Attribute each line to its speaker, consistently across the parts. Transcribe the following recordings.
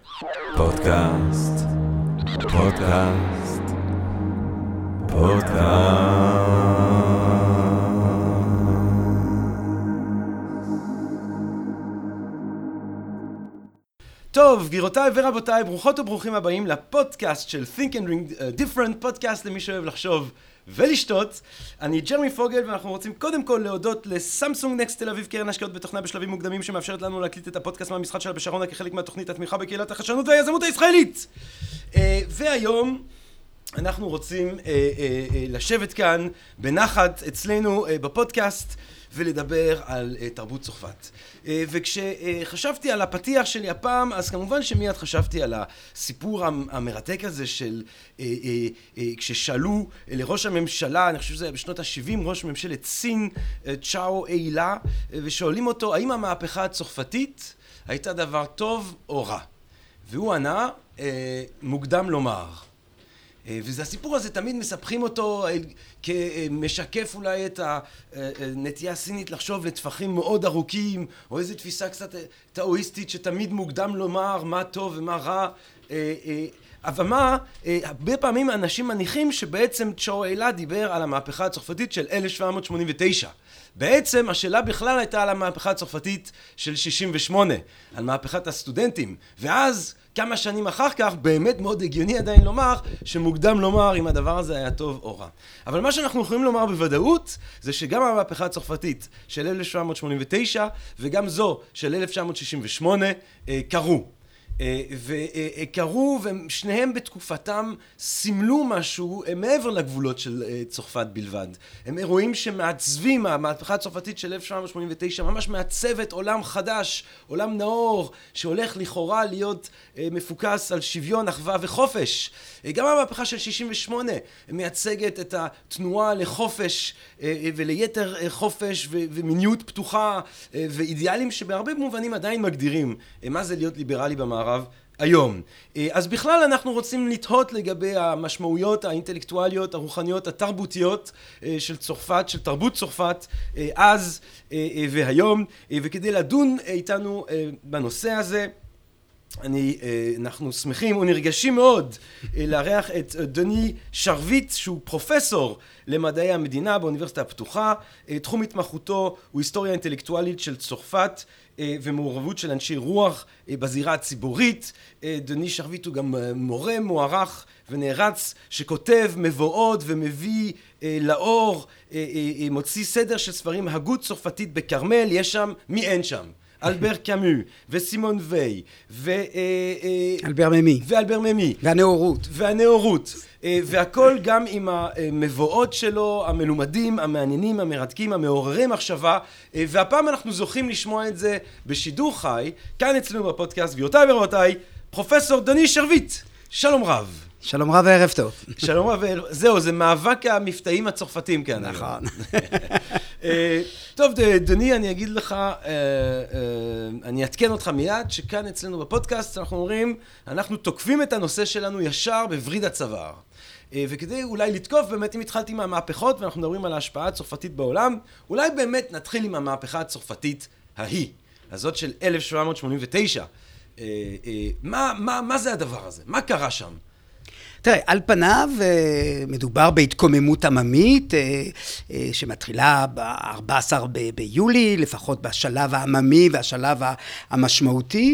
Speaker 1: פודקאסט, פודקאסט, פודקאסט. טוב, גבירותיי ורבותיי, ברוכות וברוכים הבאים לפודקאסט של Think and Ring Different, פודקאסט למי שאוהב לחשוב ולשתות. אני ג'רמי פוגל, ואנחנו רוצים קודם כל להודות לסמסונג נקסט תל אביב, קרן השקעות בתוכנה בשלבים מוקדמים, שמאפשרת לנו להקליט את הפודקאסט מהמשחד שלה בשרונה כחלק מהתוכנית התמיכה בקהילת החדשנות והיזמות הישראלית. והיום אנחנו רוצים לשבת כאן בנחת אצלנו בפודקאסט ולדבר על תרבות צרפת. וכשחשבתי על הפתיח שלי הפעם, אז כמובן שמיד חשבתי על הסיפור המרתק הזה של כששאלו לראש הממשלה, אני חושב שזה בשנות ה-70, ראש ממשלת סין, צ'או אילה, ושואלים אותו, האם המהפכה הצרפתית הייתה דבר טוב או רע? והוא ענה, מוקדם לומר. וזה הסיפור הזה, תמיד מספחים אותו כמשקף אולי את הנטייה הסינית לחשוב לטווחים מאוד ארוכים, או איזו תפיסה קצת טאואיסטית שתמיד מוקדם לומר מה טוב ומה רע. אבל מה, הרבה פעמים אנשים מניחים שבעצם צ'או אילה דיבר על המהפכה הצרפתית של 1789. בעצם השאלה בכלל הייתה על המהפכה הצרפתית של 68, על מהפכת הסטודנטים. ואז כמה שנים אחר כך באמת מאוד הגיוני עדיין לומר שמוקדם לומר אם הדבר הזה היה טוב או רע. אבל מה שאנחנו יכולים לומר בוודאות זה שגם המהפכה הצרפתית של 1789 וגם זו של 1968 קרו. וקראו, ושניהם בתקופתם סימלו משהו מעבר לגבולות של צרפת בלבד. הם אירועים שמעצבים, המהפכה הצרפתית של 1789 ממש מעצבת עולם חדש, עולם נאור, שהולך לכאורה להיות מפוקס על שוויון, אחווה וחופש. גם המהפכה של 68 מייצגת את התנועה לחופש וליתר חופש ומיניות פתוחה ואידיאלים שבהרבה מובנים עדיין מגדירים מה זה להיות ליברלי במערב היום. אז בכלל אנחנו רוצים לתהות לגבי המשמעויות האינטלקטואליות, הרוחניות, התרבותיות של צרפת, של תרבות צרפת אז והיום, וכדי לדון איתנו בנושא הזה אנחנו שמחים ונרגשים מאוד לארח את דני שרביט, שהוא פרופסור למדעי המדינה באוניברסיטה הפתוחה. תחום התמחותו הוא היסטוריה אינטלקטואלית של צרפת ומעורבות של אנשי רוח בזירה הציבורית. דני שרביט הוא גם מורה מוערך ונערץ שכותב מבואות ומביא לאור, מוציא סדר של ספרים, הגות צרפתית בכרמל, יש שם מי אין שם? אלבר קאמו וסימון ויי
Speaker 2: אלבר ממי
Speaker 1: והנאורות והכל גם עם המבואות שלו המלומדים, המעניינים, המרתקים, המעוררי מחשבה. והפעם אנחנו זוכים לשמוע את זה בשידור חי כאן אצלנו בפודקאסט. גבירותיי ורבותיי, פרופסור דני שרביט, שלום רב.
Speaker 2: שלום רב וערב טוב.
Speaker 1: שלום רב, זהו, זה מאבק המבטאים הצרפתים כאן.
Speaker 2: נכון.
Speaker 1: טוב, דני, אני אגיד לך, אני אתקן אותך מיד, שכאן אצלנו בפודקאסט אנחנו אומרים, אנחנו תוקפים את הנושא שלנו ישר בווריד הצוואר. וכדי אולי לתקוף, באמת אם התחלתי עם המהפכות, ואנחנו מדברים על ההשפעה הצרפתית בעולם, אולי באמת נתחיל עם המהפכה הצרפתית ההיא, הזאת של 1789. מה זה הדבר הזה? מה קרה שם?
Speaker 2: תראה, על פניו מדובר בהתקוממות עממית שמתחילה ב-14 ביולי, לפחות בשלב העממי והשלב המשמעותי,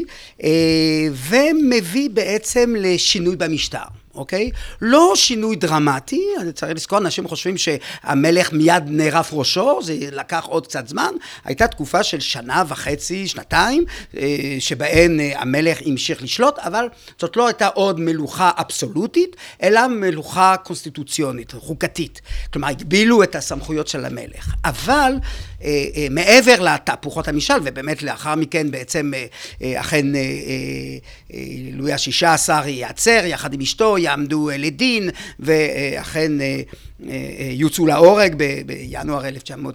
Speaker 2: ומביא בעצם לשינוי במשטר. אוקיי? לא שינוי דרמטי, אני צריך לזכור, אנשים חושבים שהמלך מיד נערף ראשו, זה לקח עוד קצת זמן, הייתה תקופה של שנה וחצי, שנתיים, שבהן המלך המשיך לשלוט, אבל זאת לא הייתה עוד מלוכה אבסולוטית, אלא מלוכה קונסטיטוציונית, חוקתית. כלומר, הגבילו את הסמכויות של המלך. אבל מעבר לתהפוכות המשל, ובאמת לאחר מכן בעצם אכן לואי ה-16 ייעצר יחד עם אשתו, יעמדו לדין, ואכן יוצאו להורג בינואר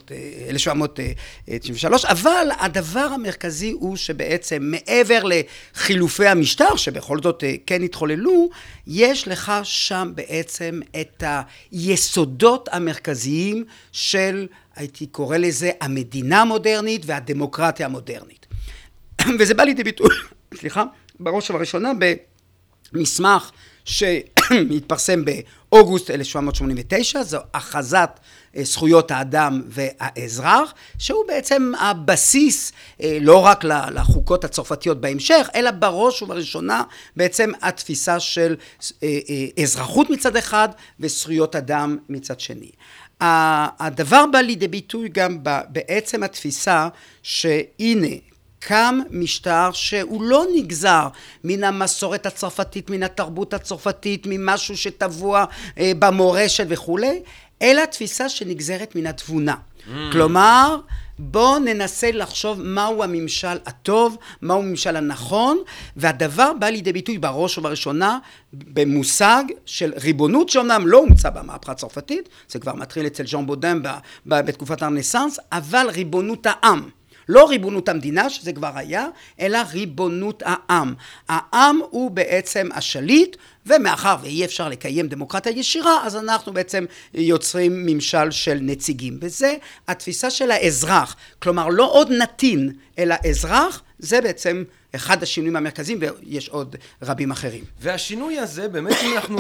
Speaker 2: 1793, אבל הדבר המרכזי הוא שבעצם מעבר לחילופי המשטר, שבכל זאת כן התחוללו, יש לך שם בעצם את היסודות המרכזיים של, הייתי קורא לזה, המדינה המודרנית והדמוקרטיה המודרנית. וזה בא לידי ביטוי, סליחה, בראש ובראשונה במסמך שמתפרסם באוגוסט 1789, זו הכרזת זכויות האדם והאזרח, שהוא בעצם הבסיס לא רק לחוקות הצרפתיות בהמשך, אלא בראש ובראשונה בעצם התפיסה של אזרחות מצד אחד וזכויות אדם מצד שני. הדבר בא לידי ביטוי גם בעצם התפיסה שהנה קם משטר שהוא לא נגזר מן המסורת הצרפתית, מן התרבות הצרפתית, ממשהו שטבוע במורשת וכולי, אלא תפיסה שנגזרת מן התבונה. כלומר, בואו ננסה לחשוב מהו הממשל הטוב, מהו הממשל הנכון, והדבר בא לידי ביטוי בראש ובראשונה במושג של ריבונות, שאומנם לא הומצא במהפכה הצרפתית, זה כבר מתחיל אצל ז'אן בודן בתקופת הרנסאנס, אבל ריבונות העם. לא ריבונות המדינה, שזה כבר היה, אלא ריבונות העם. העם הוא בעצם השליט, ומאחר ואי אפשר לקיים דמוקרטיה ישירה, אז אנחנו בעצם יוצרים ממשל של נציגים. וזה התפיסה של האזרח. כלומר, לא עוד נתין, אלא אזרח, זה בעצם אחד השינויים המרכזיים, ויש עוד רבים אחרים.
Speaker 1: והשינוי הזה, באמת אם אנחנו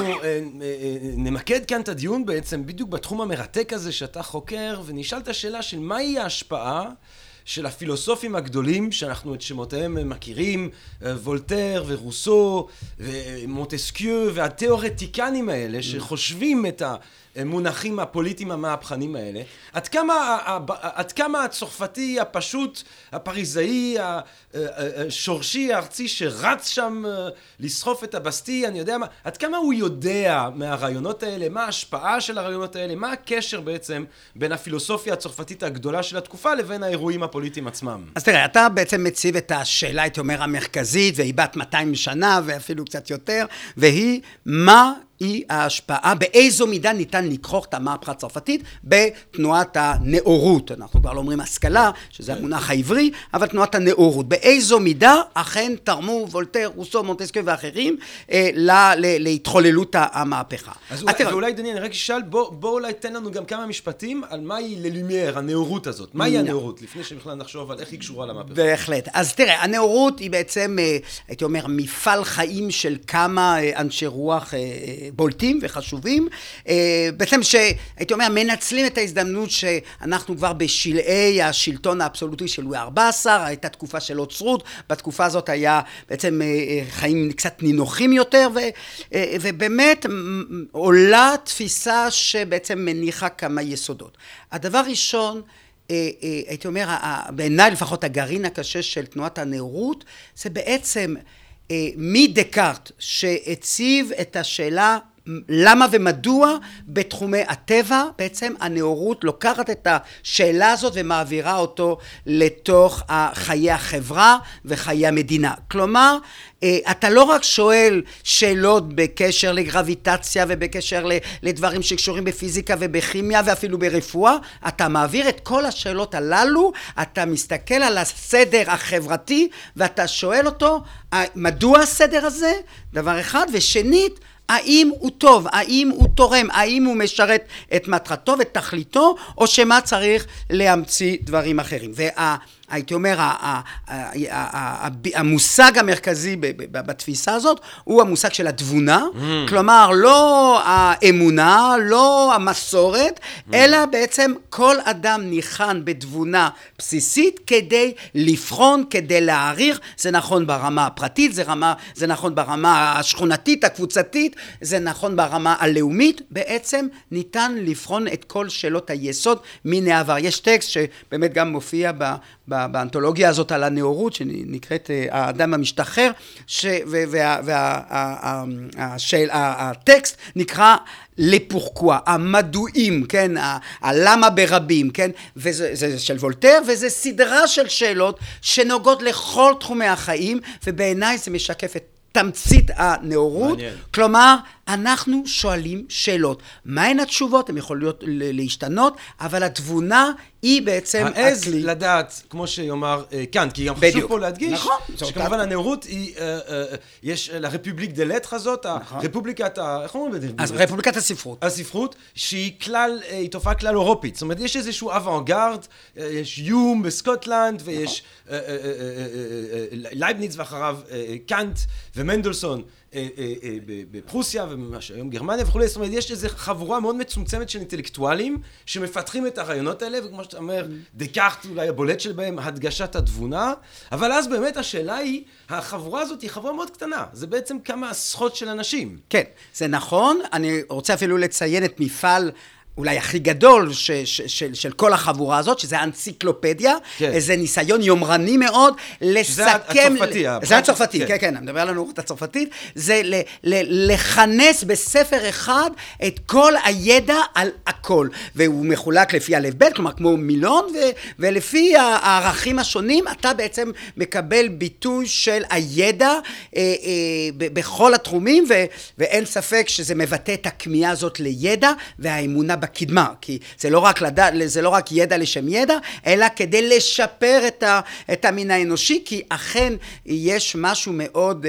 Speaker 1: נמקד כאן את הדיון בעצם, בדיוק בתחום המרתק הזה שאתה חוקר, ונשאל את השאלה של מהי ההשפעה של הפילוסופים הגדולים שאנחנו את שמותיהם מכירים, וולטר ורוסו ומונטסקיו והתיאורטיקנים האלה שחושבים את המונחים הפוליטיים המהפכניים האלה. עד כמה הצרפתי הפשוט, הפריזאי, השורשי, הארצי שרץ שם לסחוף את הבסטי, אני יודע מה, עד כמה הוא יודע מהרעיונות האלה, מה ההשפעה של הרעיונות האלה, מה הקשר בעצם בין הפילוסופיה הצרפתית הגדולה של התקופה לבין האירועים הפוליטיים עצמם.
Speaker 2: אז תראה, אתה בעצם מציב את השאלה, הייתי אומר, המרכזית, והיא בת 200 שנה ואפילו קצת יותר, והיא מה היא ההשפעה, באיזו מידה ניתן לקרוא את המהפכה הצרפתית בתנועת הנאורות. אנחנו כבר לא אומרים השכלה, שזה המונח העברי, אבל תנועת הנאורות. באיזו מידה אכן תרמו וולטר, רוסו, מונטסקיו ואחרים להתחוללות המהפכה.
Speaker 1: אז ואולי דניאל, אני רק אשאל, בוא אולי תן לנו גם כמה משפטים על מהי ללומייר, הנאורות הזאת. מהי הנאורות? לפני שבכלל נחשוב על איך היא קשורה למהפכה.
Speaker 2: בהחלט. אז תראה, הנאורות היא בעצם, הייתי אומר, מפעל חיים של כמה אנשי רוח בולטים וחשובים, בעצם שהייתי אומר, מנצלים את ההזדמנות שאנחנו כבר בשלעי השלטון האבסולוטי של לואי ה-14, הייתה תקופה של אוצרות, בתקופה הזאת היה בעצם חיים קצת נינוחים יותר, ובאמת עולה תפיסה שבעצם מניחה כמה יסודות. הדבר ראשון, הייתי אומר, בעיניי לפחות הגרעין הקשה של תנועת הנאורות, זה בעצם מדקארט שהציב את השאלה למה ומדוע בתחומי הטבע בעצם הנאורות לוקחת את השאלה הזאת ומעבירה אותו לתוך חיי החברה וחיי המדינה. כלומר, אתה לא רק שואל שאלות בקשר לגרביטציה ובקשר לדברים שקשורים בפיזיקה ובכימיה ואפילו ברפואה, אתה מעביר את כל השאלות הללו, אתה מסתכל על הסדר החברתי ואתה שואל אותו מדוע הסדר הזה, דבר אחד, ושנית, האם הוא טוב, האם הוא תורם, האם הוא משרת את מטרתו ותכליתו, או שמה צריך להמציא דברים אחרים. הייתי אומר, המושג המרכזי בתפיסה הזאת הוא המושג של התבונה, כלומר לא האמונה, לא המסורת, אלא בעצם כל אדם ניחן בתבונה בסיסית כדי לבחון, כדי להעריך, זה נכון ברמה הפרטית, זה נכון ברמה השכונתית, הקבוצתית, זה נכון ברמה הלאומית, בעצם ניתן לבחון את כל שאלות היסוד מן העבר. יש טקסט שבאמת גם מופיע באנתולוגיה הזאת על הנאורות, שנקראת האדם המשתחרר, והטקסט נקרא לפורקווה, המדועים, כן, הלמה ברבים, כן, וזה של וולטר, וזה סדרה של שאלות שנוגעות לכל תחומי החיים, ובעיניי זה משקף את תמצית הנאורות, כלומר, אנחנו שואלים שאלות. מהן התשובות? הן יכולות להשתנות, אבל התבונה היא בעצם
Speaker 1: העז לדעת, כמו שיאמר כאן, כי גם חשוב פה להדגיש,
Speaker 2: נכון,
Speaker 1: שכמובן הנאורות היא, יש לרפובליק דה לטר הזאת, הרפובליקת, איך אומרים בזה?
Speaker 2: אז רפובליקת הספרות.
Speaker 1: הספרות, שהיא כלל, היא תופעה כלל אירופית. זאת אומרת, יש איזשהו אוונגרד, יש יום בסקוטלנד, ויש לייבניץ ואחריו קאנט ומנדלסון בפרוסיה והיום גרמניה וכו'. זאת אומרת, יש איזו חבורה מאוד מצומצמת של אינטלקטואלים שמפתחים את הרעיונות האלה, וכמו שאתה אומר, דקארט אולי הבולט שלהם, הדגשת התבונה, אבל אז באמת השאלה היא, החבורה הזאת היא חבורה מאוד קטנה, זה בעצם כמה עשרות של אנשים.
Speaker 2: כן, זה נכון, אני רוצה אפילו לציין את מפעל אולי הכי גדול של כל החבורה הזאת, שזה האנציקלופדיה, איזה ניסיון יומרני מאוד, לסכם...
Speaker 1: שזה הצרפתי.
Speaker 2: זה הצרפתי, כן, כן, אני מדבר על הנאורות הצרפתית, זה לכנס בספר אחד את כל הידע על הכל, והוא מחולק לפי הלב בית, כלומר כמו מילון, ולפי הערכים השונים, אתה בעצם מקבל ביטוי של הידע בכל התחומים, ואין ספק שזה מבטא את הכמיהה הזאת לידע, והאמונה בקדמה, כי זה לא רק ידע לשם ידע, אלא כדי לשפר את המין האנושי, כי אכן יש משהו מאוד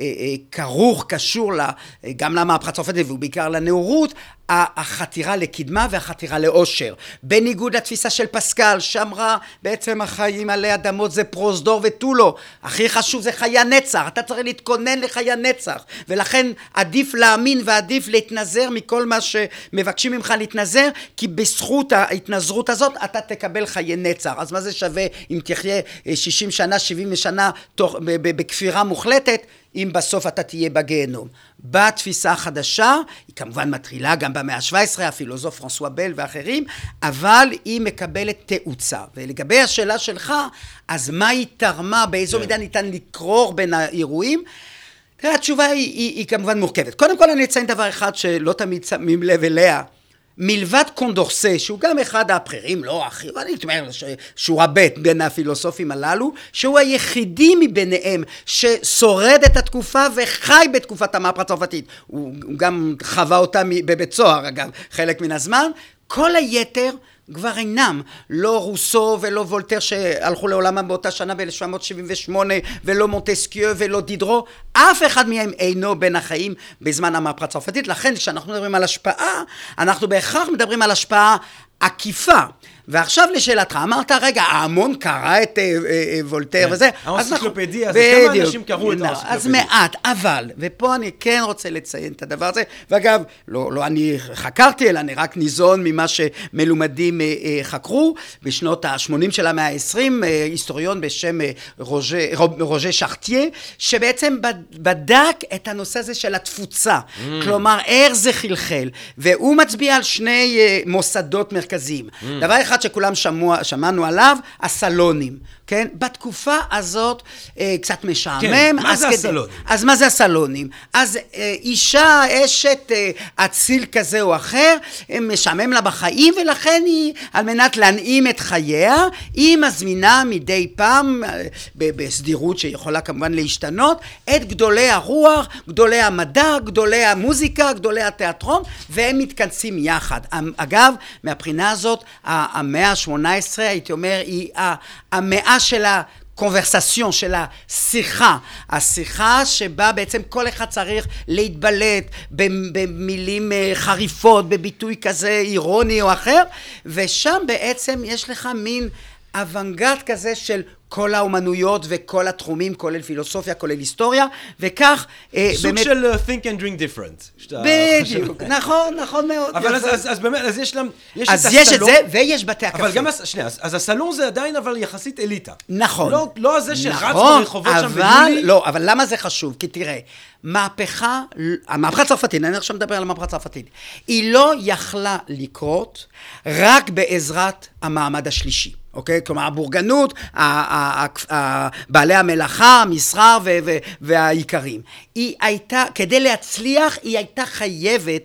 Speaker 2: כרוך, קשור גם למהפכה הצרפתית, ובעיקר לנאורות, החתירה לקדמה והחתירה לאושר. בניגוד לתפיסה של פסקל, שאמרה בעצם החיים עלי אדמות זה פרוזדור ותו לא. הכי חשוב זה חיי הנצח, אתה צריך להתכונן לחיי הנצח, ולכן עדיף להאמין ועדיף להתנזר מכל מה שמבקשים ממך להתנזר, כי בזכות ההתנזרות הזאת אתה תקבל חיי נצח. אז מה זה שווה אם תחיה 60 שנה, 70 שנה בכפירה מוחלטת, אם בסוף אתה תהיה בגיהנום. בתפיסה החדשה, היא כמובן מתחילה גם במאה ה-17, הפילוסוף פרנסואה בל ואחרים, אבל היא מקבלת תאוצה. ולגבי השאלה שלך, אז מה היא תרמה, באיזו מידה ניתן לקרור בין האירועים? תראה, התשובה היא כמובן מורכבת. קודם כל אני אציין דבר אחד שלא תמיד שמים לב אליה, מלבד קונדורסה, שהוא גם אחד הבכירים, לא הכי, אני אומר שהוא הבית בין הפילוסופים הללו, שהוא היחידי מביניהם ששורד את התקופה וחי בתקופת המהפכה הצרפתית. הוא גם חווה אותה בבית סוהר, אגב, חלק מן הזמן. כל היתר כבר אינם, לא רוסו ולא וולטר שהלכו לעולמם באותה שנה ב-1778, ולא מונטסקיו ולא דידרו, אף אחד מהם אינו בין החיים בזמן המהפכה הצרפתית. לכן כשאנחנו מדברים על השפעה, אנחנו בהכרח מדברים על השפעה עקיפה. ועכשיו לשאלתך, אמרת, רגע, ההמון קרא את וולטר וזה.
Speaker 1: האנציקלופדיה, זה כמה אנשים קראו את האנציקלופדיה.
Speaker 2: אז מעט, אבל, ופה אני כן רוצה לציין את הדבר הזה, ואגב, לא אני חקרתי, אלא אני רק ניזון ממה שמלומדים חקרו, בשנות ה-80 של המאה ה-20, היסטוריון בשם רוז'ה שרטיה, שבעצם בדק את הנושא הזה של התפוצה, כלומר, איך זה חלחל, והוא מצביע על שני מוסדות מרכזיים. דבר אחד שכולם שמענו עליו, הסלונים, כן? בתקופה הזאת קצת משעמם.
Speaker 1: כן, מה זה הסלונים?
Speaker 2: אז מה זה הסלונים? אז אישה, אשת, אציל כזה או אחר, משעמם לה בחיים, ולכן היא, על מנת להנעים את חייה, היא מזמינה מדי פעם, בסדירות שיכולה כמובן להשתנות, את גדולי הרוח, גדולי המדע, גדולי המוזיקה, גדולי התיאטרון, והם מתכנסים יחד. אגב, מהבחינה הזאת, המאה ה-18, הייתי אומר, היא המאה של הקונברסציון, של השיחה שבה בעצם כל אחד צריך להתבלט במילים חריפות, בביטוי כזה אירוני או אחר, ושם בעצם יש לך מין אוונגרד כזה של כל האומנויות וכל התחומים, כולל פילוסופיה, כולל היסטוריה, וכך
Speaker 1: סוג
Speaker 2: באמת...
Speaker 1: של think and drink different.
Speaker 2: בדיוק, נכון מאוד.
Speaker 1: אבל אז באמת, אז יש להם...
Speaker 2: אז יש את זה, ויש בתי הקפה.
Speaker 1: אבל גם, שנייה, אז הסלון זה עדיין אבל יחסית אליטה.
Speaker 2: נכון.
Speaker 1: לא זה שרץ ברחובות שם ביולי.
Speaker 2: לא, אבל למה זה חשוב? כי תראה, המהפכה הצרפתית, אני עכשיו מדבר על המהפכה הצרפתית, היא לא יכלה לקרות רק בעזרת המעמד השלישי. אוקיי? כלומר, הבורגנות, בעלי המלאכה, המסחר והעיקרים. היא הייתה, כדי להצליח, היא הייתה חייבת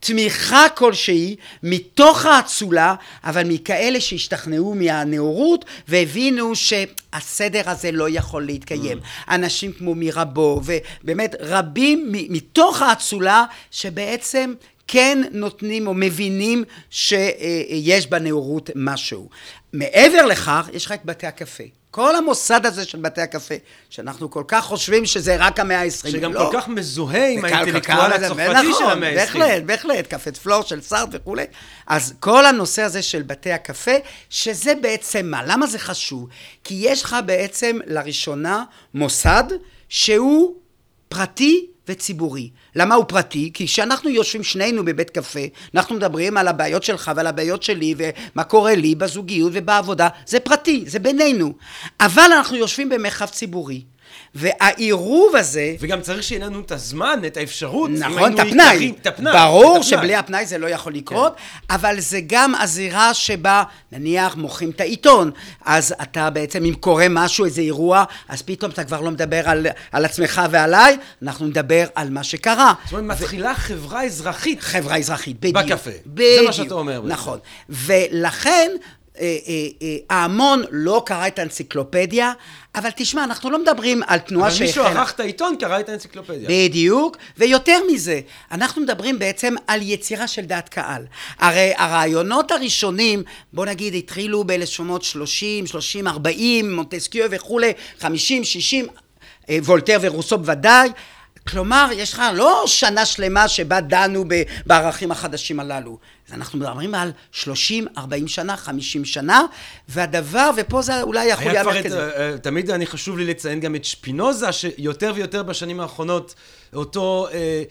Speaker 2: תמיכה כלשהי מתוך האצולה, אבל מכאלה שהשתכנעו מהנאורות והבינו שהסדר הזה לא יכול להתקיים. אנשים כמו מירבו ובאמת רבים מתוך האצולה שבעצם כן נותנים או מבינים שיש בנאורות משהו. מעבר לכך, יש לך את בתי הקפה. כל המוסד הזה של בתי הקפה, שאנחנו כל כך חושבים שזה רק המאה ה-20.
Speaker 1: שגם כל כך מזוהה עם האינטלקטואל הצרפתי של המאה ה-20.
Speaker 2: בהחלט, בהחלט, קפה פלור של סארט וכו'. אז כל הנושא הזה של בתי הקפה, שזה בעצם מה? למה זה חשוב? כי יש לך בעצם לראשונה מוסד שהוא פרטי וציבורי. למה הוא פרטי? כי כשאנחנו יושבים שנינו בבית קפה, אנחנו מדברים על הבעיות שלך ועל הבעיות שלי ומה קורה לי בזוגיות ובעבודה, זה פרטי, זה בינינו. אבל אנחנו יושבים במרחב ציבורי. והעירוב הזה...
Speaker 1: וגם צריך שיהיה לנו את הזמן, את האפשרות.
Speaker 2: נכון, את הפנאי. ברור שבלי הפנאי זה לא יכול לקרות, אבל זה גם הזירה שבה, נניח, מוכרים את העיתון, אז אתה בעצם, אם קורה משהו, איזה אירוע, אז פתאום אתה כבר לא מדבר על עצמך ועליי, אנחנו נדבר על מה שקרה.
Speaker 1: זאת אומרת, מתחילה חברה אזרחית.
Speaker 2: חברה אזרחית, בדיוק.
Speaker 1: בקפה.
Speaker 2: בדיוק.
Speaker 1: זה מה שאתה אומר.
Speaker 2: נכון. ולכן... ההמון לא קרא את האנציקלופדיה, אבל תשמע, אנחנו לא מדברים על תנועה
Speaker 1: אבל מישהו ערך את העיתון, קרא את האנציקלופדיה.
Speaker 2: בדיוק, ויותר מזה, אנחנו מדברים בעצם על יצירה של דעת קהל. הרי הרעיונות הראשונים, בוא נגיד, התחילו ב-1930, 30, 40, מונטסקיו וכו', 50, 60, וולטר ורוסו בוודאי, כלומר, יש לך לא שנה שלמה שבה דנו בערכים החדשים הללו. אז אנחנו מדברים על 30, 40 שנה, 50 שנה, והדבר, ופה זה אולי יכול להיאמר כזה.
Speaker 1: תמיד אני חשוב לי לציין גם את שפינוזה, שיותר ויותר בשנים האחרונות, אותו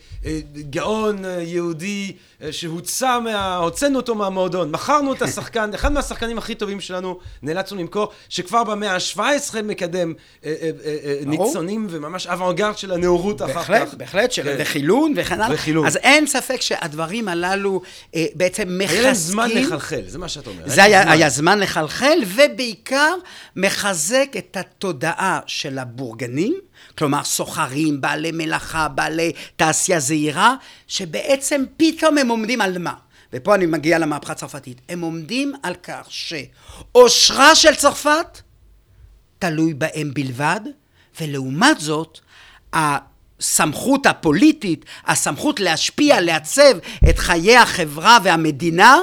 Speaker 1: גאון יהודי שהוצא הוצאנו אותו מהמועדון, מכרנו את השחקן, אחד מהשחקנים הכי טובים שלנו נאלצנו למכור, שכבר במאה ה-17 מקדם ניצונים וממש אוונגרד של הנאורות אחר כך.
Speaker 2: בהחלט, של וחילון וכן הלאה. אז אין ספק שהדברים הללו בעצם מחזקים.
Speaker 1: היה להם זמן לחלחל, זה מה שאת אומרת.
Speaker 2: זה היה זמן לחלחל, ובעיקר מחזק את התודעה של הבורגנים, כלומר סוחרים, בעלי מלאכה, בעלי תעשייה זעירה, שבעצם פתאום הם עומדים על מה? ופה אני מגיע למהפכה הצרפתית. הם עומדים על כך שאושרה של צרפת תלוי בהם בלבד, ולעומת זאת, הסמכות הפוליטית, הסמכות להשפיע, לעצב את חיי החברה והמדינה,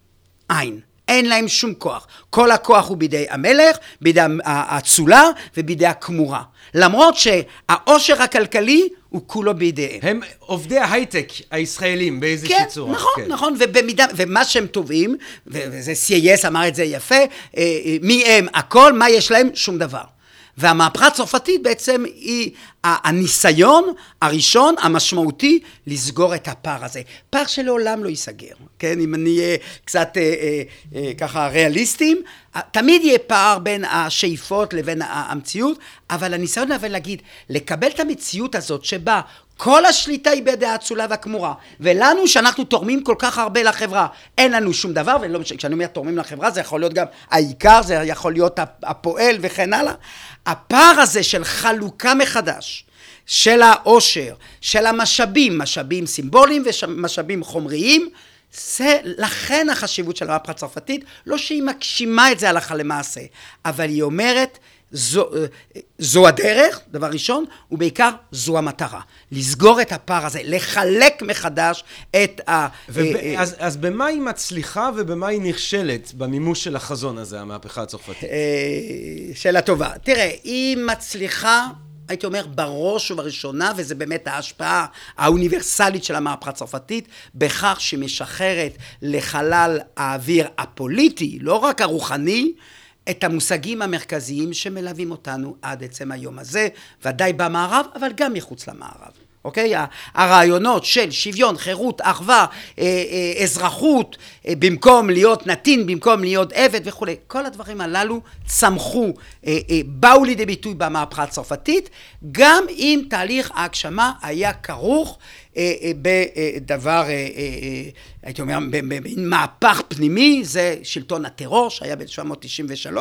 Speaker 2: אין להם שום כוח. כל הכוח הוא בידי המלך, בידי האצולה ובידי הכמורה. למרות שהעושר הכלכלי הוא כולו בידיהם.
Speaker 1: הם עובדי ההייטק הישראלים באיזושהי צורה.
Speaker 2: נכון, נכון, ומה שהם טובים, וזה סייס אמר את זה יפה, מי הם הכל, מה יש להם? שום דבר. והמהפכה הצרפתית בעצם היא הניסיון הראשון, המשמעותי, לסגור את הפער הזה. פער שלעולם לא ייסגר, כן? אם אני אהיה קצת ככה ריאליסטים, תמיד יהיה פער בין השאיפות לבין המציאות, אבל הניסיון להגיד, לקבל את המציאות הזאת שבה כל השליטה היא בידי האצולה והכמורה, ולנו שאנחנו תורמים כל כך הרבה לחברה, אין לנו שום דבר, וכשאני אומר תורמים לחברה, זה יכול להיות גם העיקר, זה יכול להיות הפועל וכן הלאה. הפער הזה של חלוקה מחדש, של העושר, של המשאבים, משאבים סימבוליים ומשאבים חומריים, זה לכן החשיבות של המהפכה הצרפתית, לא שהיא מגשימה את זה הלכה למעשה, אבל היא אומרת, זו הדרך, דבר ראשון, ובעיקר זו המטרה. לסגור את הפער הזה, לחלק מחדש את
Speaker 1: אז במה היא מצליחה ובמה היא נכשלת במימוש של החזון הזה, המהפכה הצרפתית?
Speaker 2: שאלה טובה. תראה, היא מצליחה, הייתי אומר, בראש ובראשונה, וזה באמת ההשפעה האוניברסלית של המהפכה הצרפתית, בכך שמשחררת לחלל האוויר הפוליטי, לא רק הרוחני, את המושגים המרכזיים שמלווים אותנו עד עצם היום הזה, ודאי במערב, אבל גם מחוץ למערב. אוקיי? הרעיונות של שוויון, חירות, אחווה, אזרחות, במקום להיות נתין, במקום להיות עבד וכו'. כל הדברים הללו צמחו, באו לידי ביטוי במהפכה הצרפתית, גם אם תהליך ההגשמה היה כרוך בדבר, הייתי אומר, במהפך פנימי, זה שלטון הטרור שהיה ב-1993,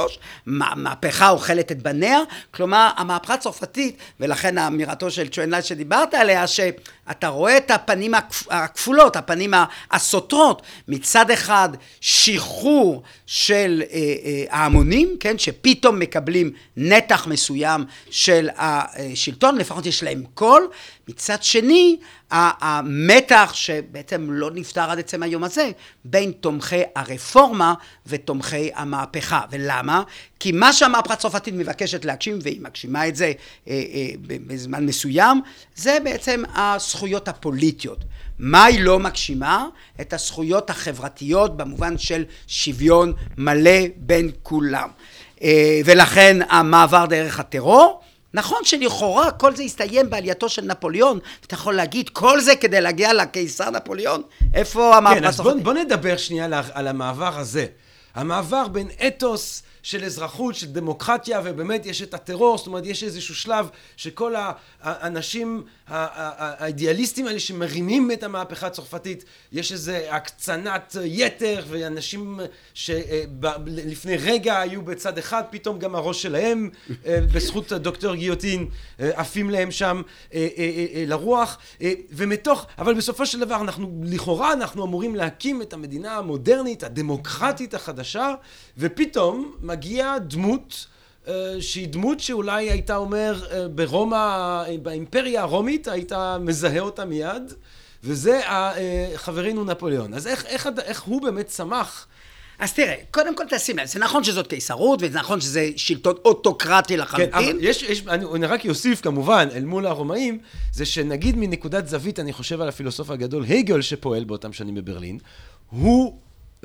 Speaker 2: מהפכה אוכלת את בניה, כלומר המהפכה הצרפתית, ולכן האמירתו של צ'ואן לייט שדיברת עליה, עליה שאתה רואה את הפנים הכפולות, הפנים הסותרות, מצד אחד שחרור של ההמונים, כן, שפתאום מקבלים נתח מסוים של השלטון, לפחות יש להם קול, מצד שני, המתח שבעצם לא נפתר עד עצם היום הזה, בין תומכי הרפורמה ותומכי המהפכה. ולמה? כי מה שהמהפכה הצרפתית מבקשת להגשים, והיא מגשימה את זה בזמן מסוים, זה בעצם הזכויות הפוליטיות. מה היא לא מגשימה? את הזכויות החברתיות במובן של שוויון מלא בין כולם. ולכן המעבר דרך הטרור, נכון שלכאורה כל זה הסתיים בעלייתו של נפוליאון, אתה יכול להגיד כל זה כדי להגיע לקיסר נפוליאון, איפה המעבר?
Speaker 1: כן, אז בוא נדבר שנייה על המעבר הזה. המעבר בין אתוס של אזרחות, של דמוקרטיה, ובאמת יש את הטרור, זאת אומרת יש איזשהו שלב שכל האנשים האידיאליסטים האלה שמרימים את המהפכה הצרפתית, יש איזה הקצנת יתר, ואנשים שלפני רגע היו בצד אחד, פתאום גם הראש שלהם, בזכות דוקטור גיוטין, עפים להם שם לרוח, אבל בסופו של דבר לכאורה אנחנו אמורים להקים את המדינה המודרנית, הדמוקרטית החדשה, ופתאום מגיעה דמות, שהיא דמות שאולי הייתה אומר ברומא, באימפריה הרומית, הייתה מזהה אותה מיד, וזה חברינו נפוליאון. אז איך הוא באמת צמח?
Speaker 2: אז תראה, קודם כל תשים לב, זה נכון שזאת קיסרות, וזה נכון שזה שלטון אוטוקרטי לחלוטין.
Speaker 1: כן, אבל אני רק יוסיף כמובן, אל מול הרומאים, זה שנגיד מנקודת זווית, אני חושב על הפילוסוף הגדול, הגל שפועל באותם שנים בברלין, הוא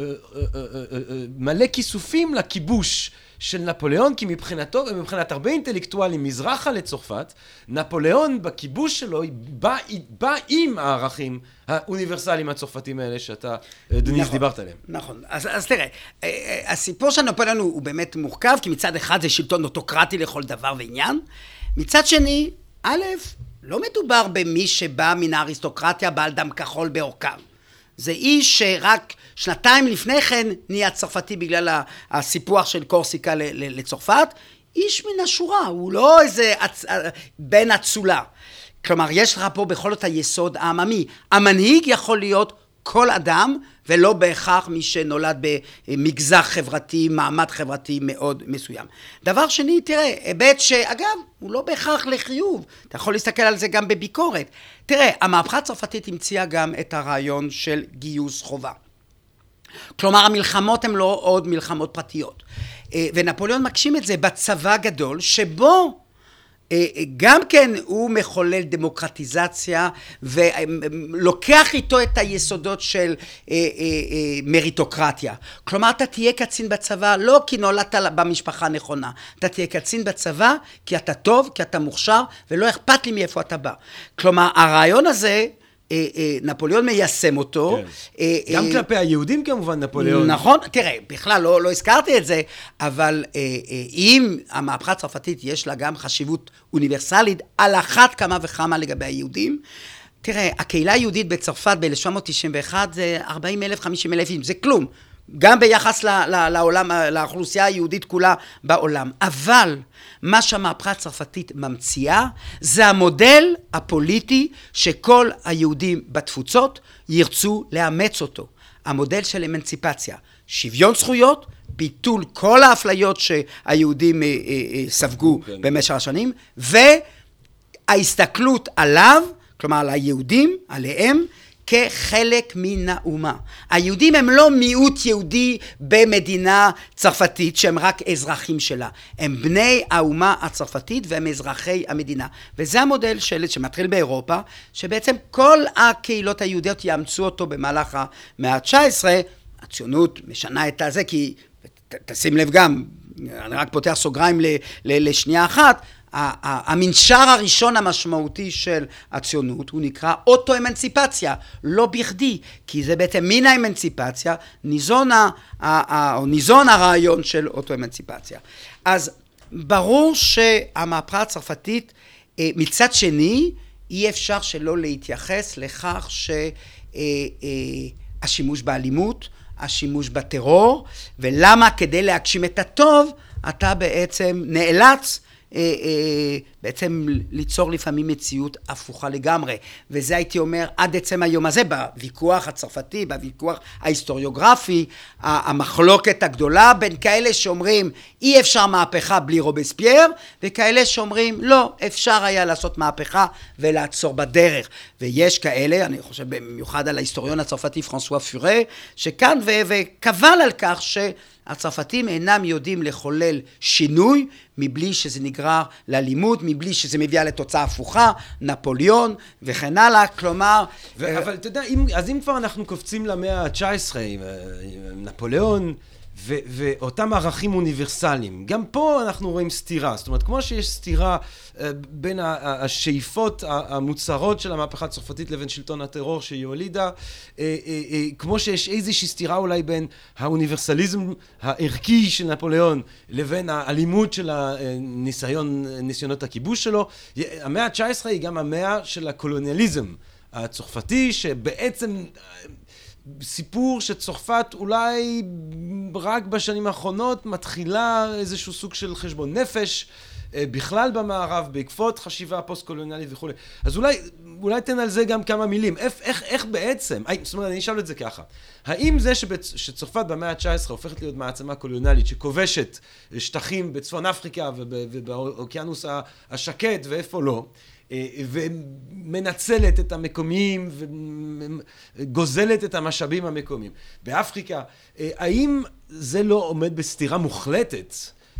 Speaker 1: מלא כיסופים לכיבוש של נפוליאון, כי מבחינתו ומבחינת הרבה אינטלקטואלים מזרחה לצרפת, נפוליאון בכיבוש שלו בא עם הערכים האוניברסליים הצרפתיים האלה שאתה, דניס, דיברת עליהם.
Speaker 2: נכון. אז תראה, הסיפור של נפוליאון הוא באמת מורכב, כי מצד אחד זה שלטון אוטוקרטי לכל דבר ועניין, מצד שני, א', לא מדובר במי שבא מן האריסטוקרטיה בעל דם כחול בעורקם. זה איש שרק שנתיים לפני כן נהיה צרפתי בגלל הסיפוח של קורסיקה לצרפת, איש מן השורה, הוא לא איזה בן אצולה. כלומר, יש לך פה בכל זאת היסוד העממי. המנהיג יכול להיות כל אדם, ולא בהכרח מי שנולד במגזר חברתי, מעמד חברתי מאוד מסוים. דבר שני, תראה, היבט שאגב, הוא לא בהכרח לחיוב, אתה יכול להסתכל על זה גם בביקורת. תראה, המהפכה הצרפתית המציאה גם את הרעיון של גיוס חובה. כלומר, המלחמות הן לא עוד מלחמות פרטיות. ונפוליאון מגשים את זה בצבא גדול, שבו גם כן הוא מחולל דמוקרטיזציה ולוקח איתו את היסודות של מריטוקרטיה. כלומר, אתה תהיה קצין בצבא לא כי נולדת במשפחה נכונה, אתה תהיה קצין בצבא כי אתה טוב, כי אתה מוכשר, ולא אכפת לי מאיפה אתה בא. כלומר, הרעיון הזה, נפוליאון מיישם אותו.
Speaker 1: כן. גם כלפי היהודים כמובן נפוליאון.
Speaker 2: נכון, תראה, בכלל לא הזכרתי את זה, אבל אם המהפכה הצרפתית יש לה גם חשיבות אוניברסלית, על אחת כמה וכמה לגבי היהודים, תראה, הקהילה היהודית בצרפת ב-1791 זה 40,000, 50,000, זה כלום. גם ביחס לעולם, לאוכלוסייה היהודית כולה בעולם. אבל מה שהמהפכה הצרפתית ממציאה, זה המודל הפוליטי שכל היהודים בתפוצות ירצו לאמץ אותו. המודל של אמנציפציה. שוויון זכויות, ביטול כל האפליות שהיהודים ספגו במשך השנים, וההסתכלות עליו, כלומר על היהודים, עליהם, כחלק מן האומה. היהודים הם לא מיעוט יהודי במדינה צרפתית שהם רק אזרחים שלה. הם בני האומה הצרפתית והם אזרחי המדינה. וזה המודל שמתחיל באירופה, שבעצם כל הקהילות היהודיות יאמצו אותו במהלך המאה ה-19. הציונות משנה את זה, כי תשים לב גם, אני רק פותח סוגריים לשנייה אחת, המנשר הראשון המשמעותי של הציונות הוא נקרא אוטו-אמנציפציה, לא בכדי, כי זה בעצם מן האמנציפציה, ניזון הרעיון של אוטו-אמנציפציה. אז ברור שהמהפכה הצרפתית, מצד שני, אי אפשר שלא להתייחס לכך שהשימוש באלימות, השימוש בטרור, ולמה כדי להגשים את הטוב, אתה בעצם נאלץ בעצם ליצור לפעמים מציאות הפוכה לגמרי. וזה הייתי אומר עד עצם היום הזה, בוויכוח הצרפתי, בוויכוח ההיסטוריוגרפי, המחלוקת הגדולה בין כאלה שאומרים אי אפשר מהפכה בלי רובספייר, וכאלה שאומרים לא, אפשר היה לעשות מהפכה ולעצור בדרך. ויש כאלה, אני חושב במיוחד על ההיסטוריון הצרפתי פרנסואה פורה, שכאן וקבל על כך שהצרפתים אינם יודעים לחולל שינוי, מבלי שזה נגרר לאלימות, מבלי שזה מביא לתוצאה הפוכה, נפוליאון וכן הלאה, כלומר...
Speaker 1: אבל אתה יודע, אז אם כבר אנחנו קופצים למאה ה-19, נפוליאון ואותם ערכים אוניברסליים, גם פה אנחנו רואים סתירה, זאת אומרת, כמו שיש סתירה בין השאיפות המוצהרות של המהפכה הצרפתית לבין שלטון הטרור שהיא הולידה, כמו שיש איזושהי סתירה אולי בין האוניברסליזם הערכי של נפוליאון לבין האלימות של ניסיונות הכיבוש שלו, המאה ה-19 היא גם המאה של הקולוניאליזם הצרפתי, שבעצם סיפור שצרפת אולי רק בשנים האחרונות מתחילה איזשהו סוג של חשבון נפש בכלל במערב, בעקבות חשיבה פוסט-קולוניאלית וכו'. אז אולי תן על זה גם כמה מילים. איך בעצם, זאת אומרת, אני אשאל את זה ככה. האם זה שצרפת במאה ה-19 הופכת להיות מעצמה קולוניאלית, שכובשת שטחים בצפון אפריקה ובאוקיינוס השקט ואיפה לא, ומנצלת את המקומיים וגוזלת את המשאבים המקומיים באפריקה, האם זה לא עומד בסתירה מוחלטת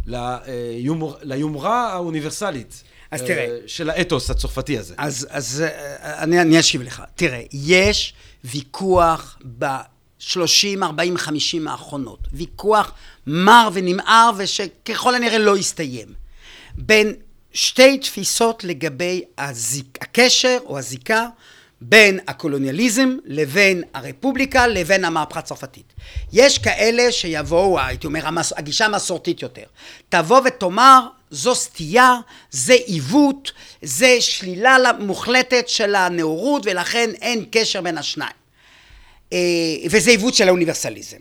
Speaker 1: ליומרה האוניברסלית של האתוס הצרפתי הזה?
Speaker 2: אז אני אשיב לך. תראה, יש ויכוח ב-30, 40, 50 האחרונות, ויכוח מר ונמהר ושככל הנראה לא יסתיים, בין שתי תפיסות לגבי הקשר או הזיקה בין הקולוניאליזם לבין הרפובליקה לבין המהפכה הצרפתית. יש כאלה שיבואו, הייתי אומר, הגישה המסורתית יותר. תבוא ותאמר, זו סטייה, זה עיוות, זה שלילה מוחלטת של הנאורות, ולכן אין קשר בין השניים. וזה עיוות של האוניברסליזם.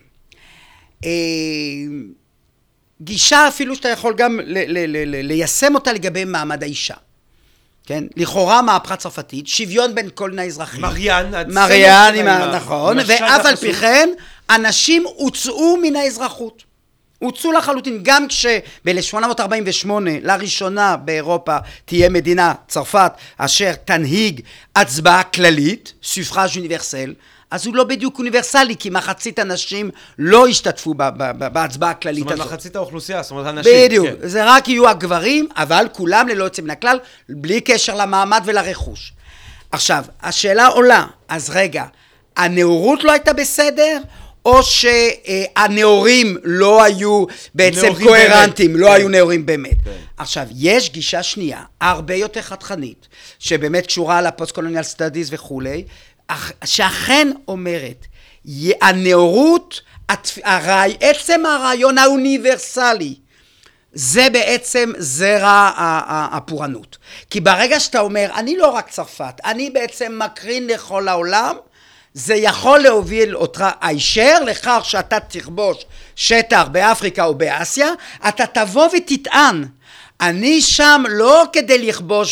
Speaker 2: גישה אפילו שאתה יכול גם ליישם אותה לגבי מעמד האישה. כן? לכאורה מהפכה צרפתית, שוויון בין כל מיני אזרחים. מריאן, נכון, ואף על פי כן, אנשים הוצאו מן האזרחות. הוצאו לחלוטין, גם כשב-1848 לראשונה באירופה תהיה מדינה צרפת, אשר תנהיג הצבעה כללית, סופראז' אוניברסל, אז הוא לא בדיוק אוניברסלי, כי מחצית אנשים לא השתתפו בהצבעה הכללית הזאת.
Speaker 1: זאת אומרת, מחצית האוכלוסייה, זאת אומרת, אנשים.
Speaker 2: בדיוק, כן. זה רק יהיו הגברים, אבל כולם ללא יוצא מן הכלל, בלי קשר למעמד ולרכוש. עכשיו, השאלה עולה, אז רגע, הנאורות לא הייתה בסדר, או שהנאורים לא היו בעצם קוהרנטים, לא היו נאורים באמת. עכשיו, יש גישה שנייה, הרבה יותר חתכנית, שבאמת קשורה לפוסט-קולוניאל סטאדיז וכולי, שאכן אומרת, הנאורות, עצם הרעיון האוניברסלי, זה בעצם זרע הפורענות. כי ברגע שאתה אומר, אני לא רק צרפת, אני בעצם מקרין לכל העולם, זה יכול להוביל אותך הישר לכך שאתה תכבוש שטח באפריקה או באסיה, אתה תבוא ותטען, אני שם לא כדי לכבוש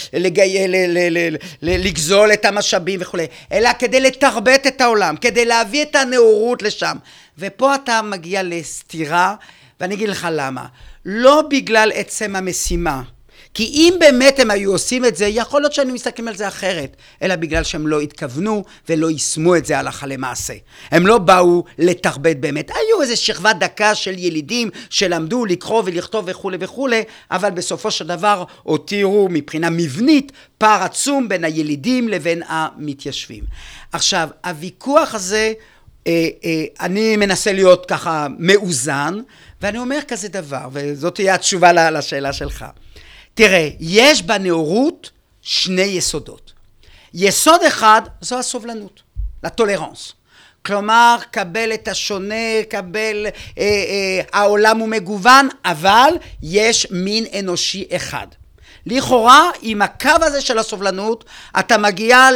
Speaker 2: ולגזול את המשאבים וכו', אלא כדי לתרבט את העולם, כדי להביא את הנאורות לשם. ופה אתה מגיע לסתירה, ואני אגיד לך למה. לא בגלל עצם המשימה, כי אם באמת הם היו עושים את זה, יכול להיות שאני מסתכלים על זה אחרת, אלא בגלל שהם לא התכוונו ולא יישמו את זה הלכה למעשה. הם לא באו לתרבט באמת. היו איזו שכבה דקה של ילידים שלמדו לקרוא ולכתוב וכו' וכו', אבל בסופו של דבר הותירו מבחינה מבנית פער עצום בין הילידים לבין המתיישבים. עכשיו, הוויכוח הזה, אני מנסה להיות ככה מאוזן, ואני אומר כזה דבר, וזאת תהיה התשובה לשאלה שלך. תראה, יש בנאורות שני יסודות. יסוד אחד זו הסובלנות, לטולרנס. כלומר, קבל את השונה, קבל, העולם הוא מגוון, אבל יש מין אנושי אחד. לכאורה, עם הקו הזה של הסובלנות, אתה מגיע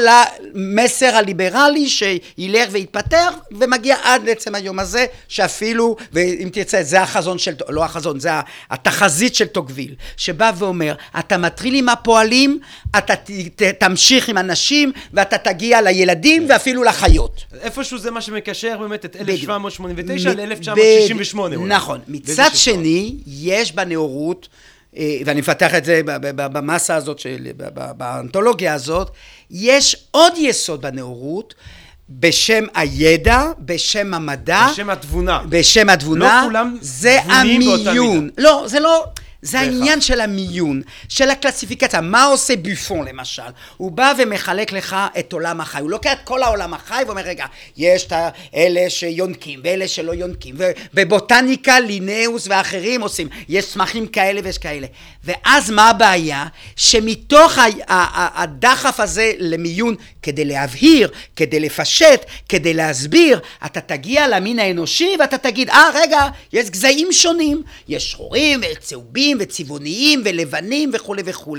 Speaker 2: המסר הליברלי שילך ויתפתח, ומגיע עד לעצם היום הזה, שאפילו, ואם תרצה, זה החזון של, לא החזון, זה התחזית של טוקוויל, שבא ואומר, אתה מטריל עם הפועלים, אתה תמשיך עם אנשים, ואתה תגיע לילדים ואפילו לחיות.
Speaker 1: איפשהו זה מה שמקשר באמת את 1789 ל-1968.
Speaker 2: נכון. מצד שני, יש בנאורות, ואני מפתח את זה במסה הזאת, באנתולוגיה הזאת, יש עוד יסוד בנאורות, בשם הידע, בשם המדע, בשם התבונה,
Speaker 1: לא כולם
Speaker 2: זה המיון. לא, זה לא... זה העניין של המיון, של הקלסיפיקציה. מה עושה בופון למשל? הוא בא ומחלק לך את עולם החי. הוא לוקח את כל העולם החי ואומר, רגע, יש את אלה שיונקים ואלה שלא יונקים. ובבוטניקה, לינאוס ואחרים עושים. יש צמחים כאלה ויש כאלה. ואז מה הבעיה? שמתוך הדחף הזה למיון, כדי להבהיר, כדי לפשט, כדי להסביר, אתה תגיע למין האנושי ואתה תגיד, רגע, יש גזעים שונים. יש שחורים וצהובים, וצבעוניים ולבנים וכו' וכו'.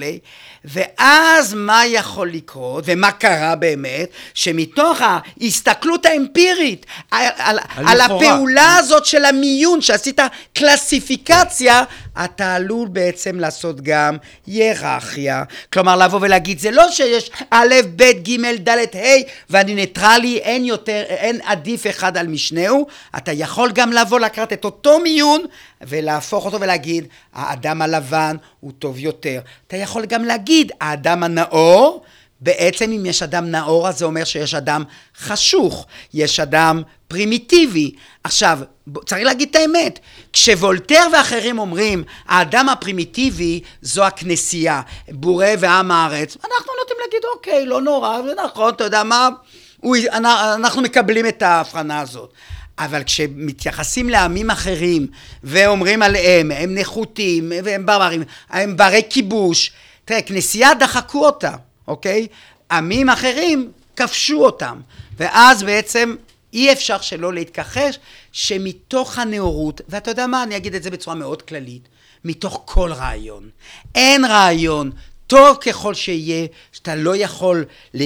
Speaker 2: ואז מה יכול לקרות, ומה קרה באמת, שמתוך ההסתכלות האמפירית על הפעולה הזאת של המיון, שעשית קלסיפיקציה, אתה עלול בעצם לעשות גם היררכיה. כלומר, לבוא ולהגיד, זה לא שיש א', ב', ג', ד', ה', ואני ניטרלי, אין עדיף אחד על משנהו. אתה יכול גם לבוא לקראת את אותו מיון, ולהפוך אותו ולהגיד, האדם הלבן הוא טוב יותר. אתה יכול גם להגיד, האדם הנאור, בעצם אם יש אדם נאור, אז זה אומר שיש אדם חשוך, יש אדם פרימיטיבי. עכשיו, צריך להגיד את האמת, כשוולטר ואחרים אומרים, האדם הפרימיטיבי זו הכנסייה, בורא ועם הארץ, אנחנו נוטים להגיד, אוקיי, לא נורא, זה נכון, אתה יודע מה, אנחנו מקבלים את ההבחנה הזאת. אבל כשמתייחסים לעמים אחרים ואומרים עליהם, הם נחותים והם ברברים, הם ברי כיבוש, תראה, כנסייה דחקו אותה, אוקיי? עמים אחרים כבשו אותם, ואז בעצם אי אפשר שלא להתכחש שמתוך הנאורות, ואתה יודע מה, אני אגיד את זה בצורה מאוד כללית, מתוך כל רעיון, אין רעיון טוב ככל שיהיה, שאתה לא יכול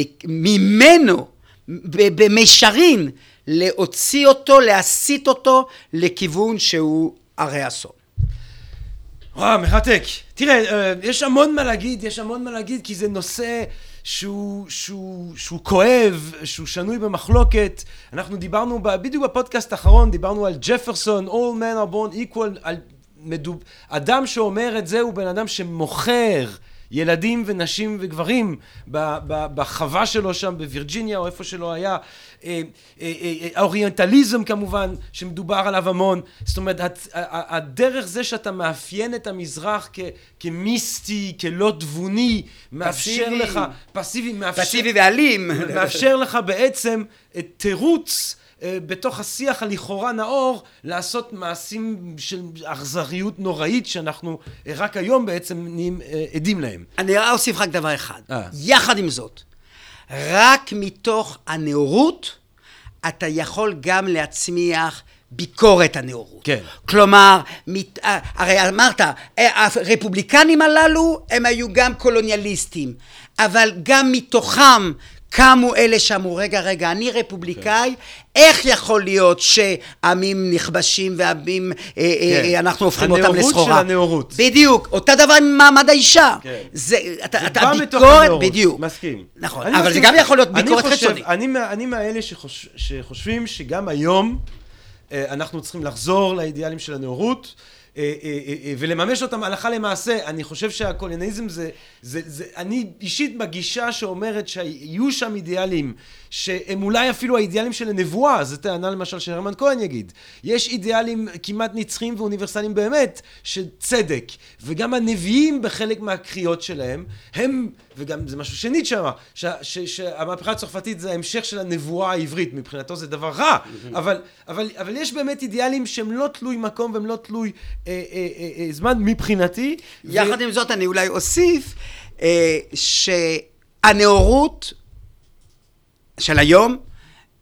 Speaker 2: ממנו במישרין להוציא אותו, להסיט אותו לכיוון שהוא הרי אסון.
Speaker 1: וואו, מחתק. תראה, יש המון מה להגיד, כי זה נושא שהוא כואב, שהוא שנוי במחלוקת. אנחנו דיברנו, בדיוק בפודקאסט האחרון, דיברנו על ג'פרסון, all men are born equal, על אדם שאומר את זה הוא בן אדם שמוכר ילדים ונשים וגברים בחווה שלו שם בווירג'יניה או איפה שלא היה. האוריינטליזם כמובן שמדובר עליו המון, זאת אומרת הדרך זה שאתה מאפיין את המזרח כמיסטי, כלא תבוני, מאפשר לך
Speaker 2: פסיבי ואלים,
Speaker 1: מאפשר לך בעצם תירוץ בתוך השיח הלכאורה נאור לעשות מעשים של אכזריות נוראית שאנחנו רק היום בעצם נהיים עדים להם.
Speaker 2: אני אוסיף רק דבר אחד. יחד עם זאת, רק מתוך הנאורות אתה יכול גם להצמיח ביקורת הנאורות.
Speaker 1: כן.
Speaker 2: כלומר, הרי אמרת, הרפובליקנים הללו הם היו גם קולוניאליסטים, אבל גם מתוכם קמו אלה שאמרו, רגע, אני רפובליקאי, איך יכול להיות שעמים נכבשים ועמים, אנחנו הופכים אותם לסחורה?
Speaker 1: הנאורות של הנאורות.
Speaker 2: בדיוק, אותה דבר עם מעמד האישה.
Speaker 1: זה
Speaker 2: בא מתוך הנאורות,
Speaker 1: בדיוק. מסכים.
Speaker 2: נכון, אבל זה גם יכול להיות ביקורת חיצונית.
Speaker 1: אני מאלה שחושבים שגם היום אנחנו צריכים לחזור לאידיאלים של הנאורות, ולממש אותם הלכה למעשה. אני חושב שהקולוניאליזם אני אישית בגישה שאומרת שיהיו שם אידיאלים שהם אולי אפילו האידיאלים של הנבואה, זו טענה למשל שהרמן כהן יגיד. יש אידיאלים כמעט נצחיים ואוניברסליים באמת של צדק, וגם הנביאים בחלק מהקריאות שלהם הם, וגם זה משהו שניטשה אמר, שהמהפכה הצרפתית זה ההמשך של הנבואה העברית, מבחינתו זה דבר רע, אבל יש באמת אידיאלים שהם לא תלוי מקום והם לא תלוי זמן מבחינתי.
Speaker 2: יחד עם זאת אני אולי אוסיף שהנאורות של היום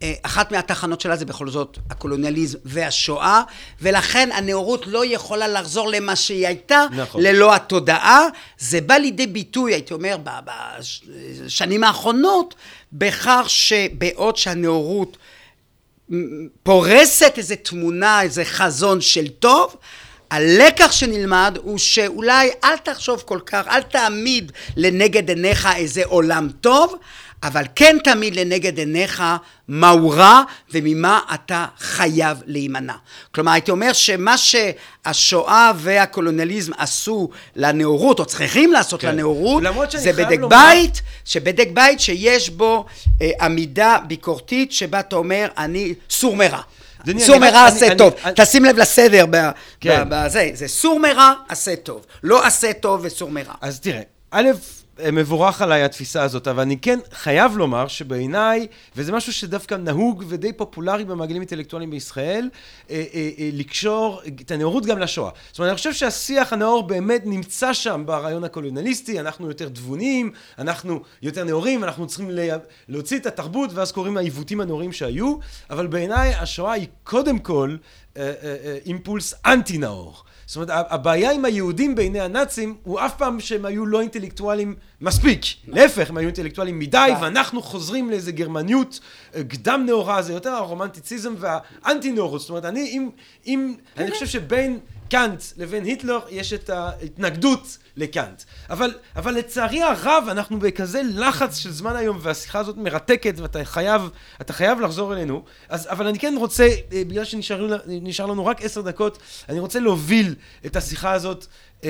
Speaker 2: אחת מהתחנות שלה זה בכל זאת הקולוניאליזם והשואה, ולכן הנאורות לא יכולה לחזור למה שהיא הייתה,
Speaker 1: נכון.
Speaker 2: ללא התודעה. זה בא לידי ביטוי, הייתי אומר, בשנים האחרונות, בכך שבעוד שהנאורות פורסת איזו תמונה, איזה חזון של טוב, הלקח שנלמד הוא שאולי אל תחשוב כל כך, אל תעמיד לנגד עיניך איזה עולם טוב, אבל כן תעמיד לנגד עיניך מהו רע וממה אתה חייב להימנע. כלומר, הייתי אומר שמה שהשואה והקולוניאליזם עשו לנאורות, או צריכים לעשות
Speaker 1: כן.
Speaker 2: לנאורות, זה בדק
Speaker 1: לומר...
Speaker 2: בית, שבדק בית שיש בו עמידה ביקורתית, שבה אתה אומר, אני סור מרע. סור מרע עשה טוב. תשים לב לסדר בזה. זה סור מרע עשה טוב. לא עשה טוב וסור מרע.
Speaker 1: אז תראה, א', מבורך עליי התפיסה הזאת, אבל אני כן חייב לומר שבעיניי, וזה משהו שדווקא נהוג ודי פופולרי במעגלים אינטלקטואליים בישראל, לקשור את הנאורות גם לשואה. זאת אומרת, אני חושב שהשיח הנאור באמת נמצא שם ברעיון הקולוניאליסטי, אנחנו יותר דבונים, אנחנו יותר נאורים, אנחנו צריכים להוציא את התרבות, ואז קוראים העיוותים הנאורים שהיו, אבל בעיניי השואה היא קודם כל אימפולס אנטי נאור. זאת אומרת, הבעיה עם היהודים בעיני הנאצים הוא אף פעם שהם היו לא אינטלקטואלים מספיק. להפך, הם היו אינטלקטואלים מדי, ואנחנו חוזרים לאיזה גרמניות קדם נאורה, זה יותר הרומנטיציזם והאנטי נאורות. זאת אומרת, אני חושב שבין קאנט לבין היטלר יש את ההתנגדות לקאנט. אבל לצערי הרב אנחנו בכזה לחץ של זמן היום, והשיחה הזאת מרתקת ואתה חייב לחזור אלינו. אבל אני כן רוצה, בגלל שנשאר לנו רק 10 דקות, אני רוצה להוביל את השיחה הזאת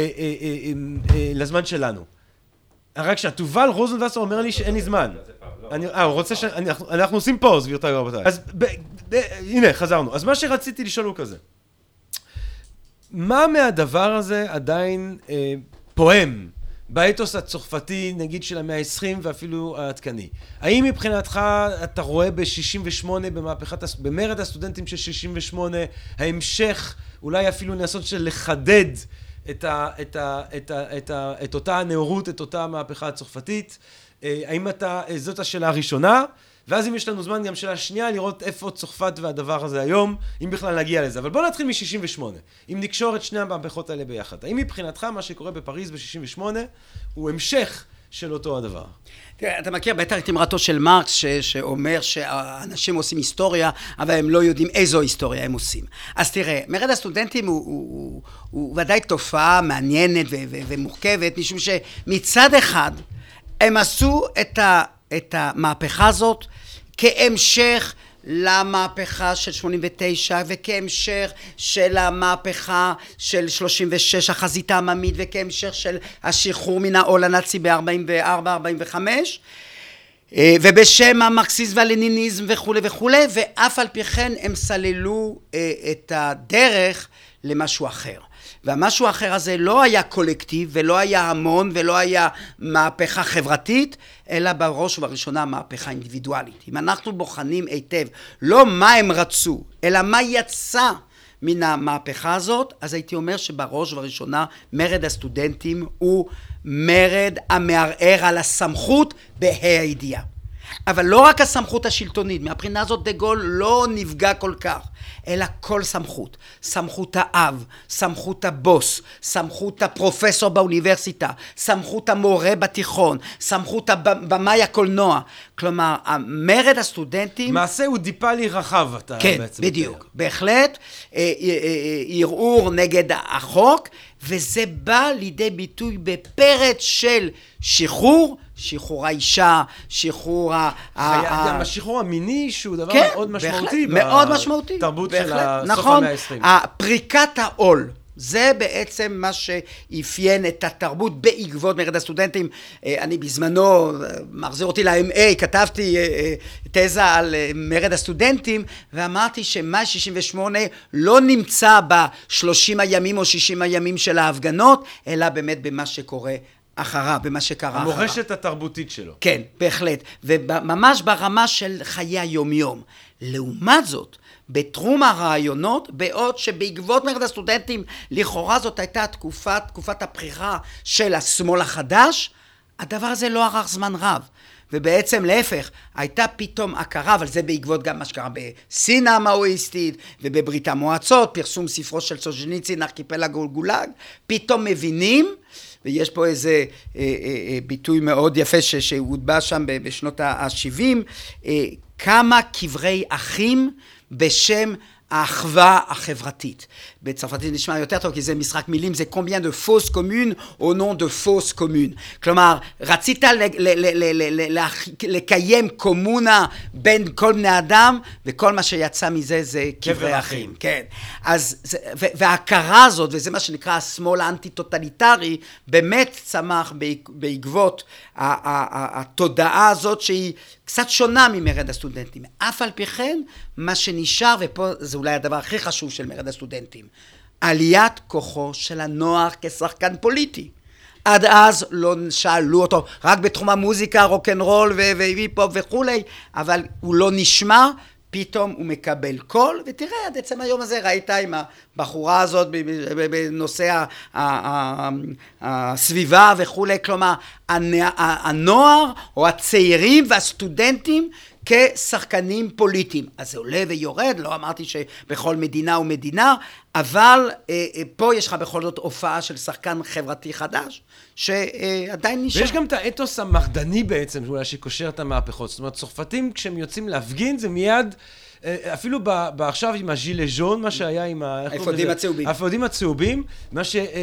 Speaker 1: לזמן שלנו. רק שהתובל רוזנווסר אומר לי שאין לי זמן. הוא רוצה אנחנו עושים פוז, גבירותיי ורבותיי. אז הנה, חזרנו. אז מה שרציתי לשאול הוא כזה. מה מהדבר הזה עדיין פועם באתוס הצרפתי, נגיד של המאה ה-20 ואפילו העדכני? האם מבחינתך אתה רואה ב-68, במרד הסטודנטים של 68, ההמשך אולי אפילו לנסות של לחדד את אותה הנאורות, את אותה המהפכה הצרפתית? האם זאת השאלה הראשונה? ואז אם יש לנו זמן גם שאלה שנייה, לראות איפה צרפת והדבר הזה היום, אם בכלל נגיע לזה. אבל בואו נתחיל מ-68, אם נקשור את שני המהפכות האלה ביחד. האם מבחינתך מה שקורה בפריז ב-68 הוא המשך של אותו הדבר?
Speaker 2: תראה, אתה מכיר בטח את אמרתו של מרקס שאומר שהאנשים עושים היסטוריה, אבל הם לא יודעים איזו היסטוריה הם עושים. אז תראה, מרד הסטודנטים הוא ודאי תופעה מעניינת ומורכבת, משום שמצד אחד הם עשו את המהפכה הזאת כהמשך למהפכה של 89 וכהמשך של המהפכה של 36, החזית העממית, וכהמשך של השחרור מן העול הנאצי ב-44-45, ובשם המרקסיזם והלניניזם וכו' וכו', ואף על פי כן הם סללו את הדרך למשהו אחר. והמשהו האחר הזה לא היה קולקטיב ולא היה המון ולא היה מהפכה חברתית, אלא בראש ובראשונה מהפכה אינדיבידואלית. אם אנחנו בוחנים היטב לא מה הם רצו, אלא מה יצא מן המהפכה הזאת, אז הייתי אומר שבראש ובראשונה מרד הסטודנטים הוא מרד המערער על הסמכות בה"א הידיעה. אבל לא רק הסמכות השלטונית, מהבחינה הזאת דה גול לא נפגע כל כך, אלא כל סמכות. סמכות האב, סמכות הבוס, סמכות הפרופסור באוניברסיטה, סמכות המורה בתיכון, סמכות הבמאי הקולנוע. כלומר, מרד הסטודנטים...
Speaker 1: מעשה הוא דיפלי רחב, אתה
Speaker 2: כן,
Speaker 1: בעצם...
Speaker 2: כן, בדיוק. בהחלט, ערעור נגד החוק, וזה בא לידי ביטוי בפרץ של שחרור האישה, שחרור
Speaker 1: גם השחרור המיני שהוא דבר
Speaker 2: כן,
Speaker 1: מאוד משמעותי.
Speaker 2: מאוד משמעותי.
Speaker 1: בתרבות של סוף
Speaker 2: נכון,
Speaker 1: המאה ה-20.
Speaker 2: פריקת העול. זה בעצם מה שאפיין את התרבות בעקבות מרד הסטודנטים. אני בזמנו, מחזיר אותי ל-MA, כתבתי תזה על מרד הסטודנטים, ואמרתי שמה 68 לא נמצא ב-30 הימים או 60 הימים של ההפגנות, אלא באמת במה שקורה אחריו, במה שקרה אחריו.
Speaker 1: המורשת התרבותית שלו.
Speaker 2: כן, בהחלט. וממש ברמה של חיי היום-יום. לעומת זאת, בתחום הרעיונות, בעוד שבעקבות מרד הסטודנטים, לכאורה זאת הייתה תקופת הבחירה של השמאל החדש, הדבר הזה לא ארך זמן רב. ובעצם להפך, הייתה פתאום הכרה, אבל זה בעקבות גם מה שקרה בסין המאואיסטית, ובברית המועצות, פרסום ספרו של סוז'ניצין, ארכיפלג גולאג, פתאום מבינים, ויש פה איזה ביטוי מאוד יפה שהודבע שם בשנות ה-70, כמה קברי אחים בשם האחווה החברתית. בצרפתית נשמע יותר טוב, כי זה משחק מילים, זה combien de fausses communes au nom de fausses communes. כלומר, רצית לקיים קומונה בין כל בני אדם, וכל מה שיצא מזה זה קברי אחים. כן. אז, וההכרה הזאת, וזה מה שנקרא השמאל האנטי-טוטליטרי, באמת צמח בעקבות התודעה הזאת שהיא קצת שונה ממרד הסטודנטים. אף על פי כן, מה שנשאר, ופה זה אולי הדבר הכי חשוב של מרד הסטודנטים, עליית כוחו של הנוער כשחקן פוליטי. עד אז לא שאלו אותו, רק בתחום המוזיקה, רוק'נ'רול והיפ-הופ וכולי, אבל הוא לא נשמע, פתאום הוא מקבל קול, ותראה, עד עצם היום הזה ראית עם הבחורה הזאת בנושא הסביבה וכולי, כלומר, הנוער או הצעירים והסטודנטים כשחקנים פוליטיים. אז זה עולה ויורד, לא אמרתי שבכל מדינה ומדינה, אבל פה יש לך בכל זאת הופעה של שחקן חברתי חדש, שעדיין נשאר.
Speaker 1: ויש גם את האתוס המחדני בעצם, שאולי שקושר את המהפכות. זאת אומרת, צרפתים כשהם יוצאים להפגין, זה מיד, אפילו עכשיו עם הז'ילה ז'ון, מה שהיה עם האפודים הצהובים, מה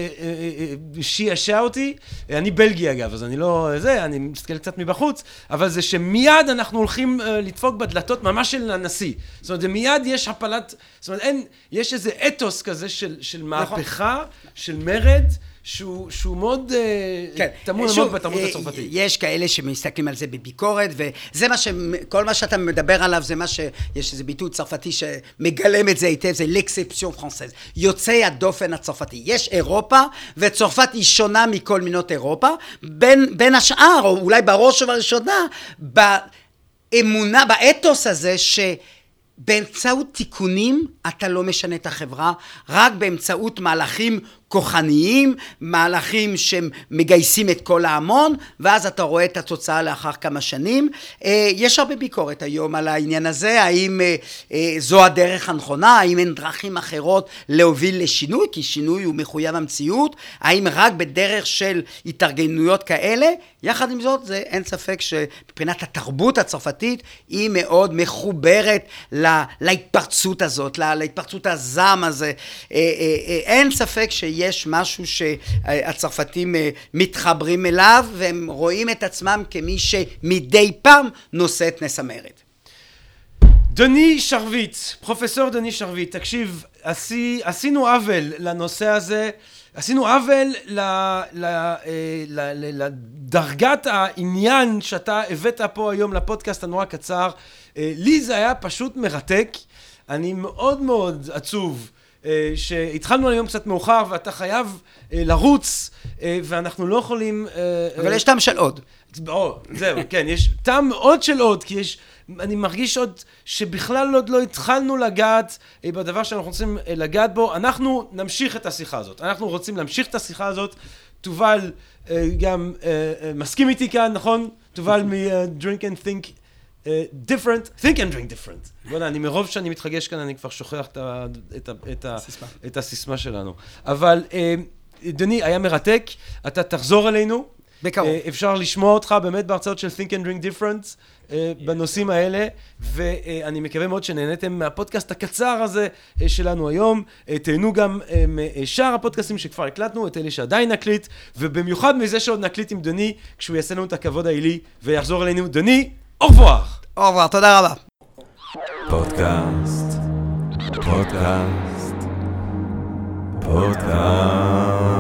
Speaker 1: ששיעשע אותי, אני בלגי אגב, אז אני לא אני מסתכל קצת מבחוץ, אבל זה שמיד אנחנו הולכים לדפוק בדלתות ממש של הנשיא. זאת אומרת, מיד יש הפלת, זאת אומרת, יש איזה אתוס כזה של מהפכה, של מרד, שהוא מאוד תמון עמוק בתרבות הצרפתית.
Speaker 2: יש כאלה שמסתכלים על זה בביקורת, וזה מה כל מה שאתה מדבר עליו, זה מה שיש איזה ביטוי צרפתי שמגלם את זה היטב, זה l'exception française, יוצאי הדופן הצרפתי. יש אירופה, וצרפת היא שונה מכל מדינות אירופה, בין השאר, או אולי בראש ובראשונה, באמונה, באתוס הזה באמצעות תיקונים אתה לא משנה את החברה, רק באמצעות מהלכים כוחניים, מהלכים שמגייסים את כל ההמון, ואז אתה רואה את התוצאה לאחר כמה שנים. יש הרבה ביקורת היום על העניין הזה, האם זו הדרך הנכונה, האם אין דרכים אחרות להוביל לשינוי, כי שינוי הוא מחויב המציאות, האם רק בדרך של התארגנויות כאלה, יחד עם זאת, אין ספק שמבחינת התרבות הצרפתית, היא מאוד מחוברת להתפרצות הזאת, להתפרצות הזעם הזה. אין ספק שיש משהו שהצרפתים מתחברים אליו, והם רואים את עצמם כמי שמדי פעם נושא את נס המרד.
Speaker 1: דני שרביט, פרופסור דני שרביט, תקשיב, עשינו עוול לנושא הזה, עשינו עוול לדרגת העניין שאתה הבאת פה היום לפודקאסט הנורא קצר. לי זה היה פשוט מרתק, אני מאוד מאוד עצוב שהתחלנו היום קצת מאוחר ואתה חייב לרוץ ואנחנו לא יכולים...
Speaker 2: אבל יש טעם של עוד.
Speaker 1: זהו, כן, יש טעם עוד של עוד, כי אני מרגיש עוד שבכלל עוד לא התחלנו לגעת בדבר שאנחנו רוצים לגעת בו. אנחנו נמשיך את השיחה הזאת, אנחנו רוצים להמשיך את השיחה הזאת. תובל גם מסכים איתי כאן, נכון? תובל מ-Drink and Think different, think and drink different. בוא'נה, אני מרוב שאני מתחגש כאן, אני כבר שוכח את הסיסמה שלנו. אבל דני, היה מרתק, אתה תחזור אלינו.
Speaker 2: בקרוב.
Speaker 1: אפשר לשמוע אותך באמת בהרצאות של Think and Drink Different בנושאים האלה, ואני מקווה מאוד שנהנתם מהפודקאסט הקצר הזה שלנו היום. תהנו גם משאר הפודקאסטים שכבר הקלטנו, את אלה שעדיין נקליט, ובמיוחד מזה שעוד נקליט עם דני, כשהוא יעשה לנו את הכבוד העילי ויחזור אלינו. דני, au revoir.
Speaker 2: au revoir, תודה רבה.
Speaker 3: פודקאסט.